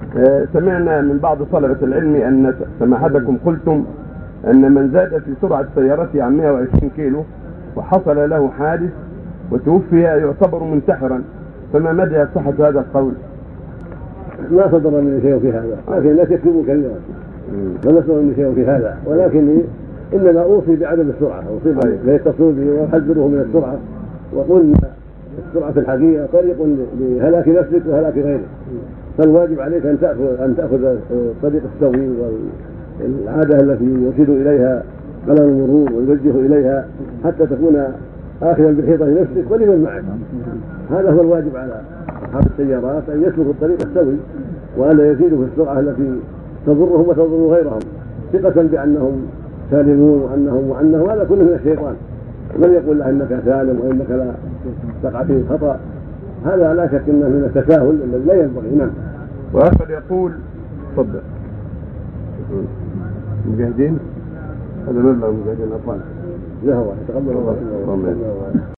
سمعنا من بعض طلبة العلم أن سماحتكم قلتم أن من زاد في سرعة سيارته عن 120 كيلو وحصل له حادث وتوفي يعتبر منتحرا، فما مدى صحة هذا القول؟ ما صدر من شيء في هذا، لكن لا تكتبوا كلمة، ما صدر من شيء في هذا، ولكني إنما أوصي بعدم السرعة، أوصي فيتصلوا به ويحذروه من السرعة، وقلنا السرعة في الحقيقة طريق لهلاك نفسك وهلاك غيرك، فالواجب عليك أن تأخذ الطريق السوي والعادة التي يرشد إليها قلم المرور ويوجه إليها حتى تكون آخذا بالحيطة لنفسك ولمن معك. هذا هو الواجب على أصحاب السيارات، أن يسلكوا الطريق السوي وألا يزيدوا في السرعة التي تضرهم وتضر غيرهم، ثقة بأنهم سالمون وأنه هذا كله من الشيطان. من يقول له إنك سالم وإنك لا تقع فيه الخطأ، هذا لا شك أنه من التساهل الذي لا ينبغي. نعم. وآخر يقول تفضل مجاهدين، هذا مبلغ مجاهدين أطفال. لا هو يتقبل الله.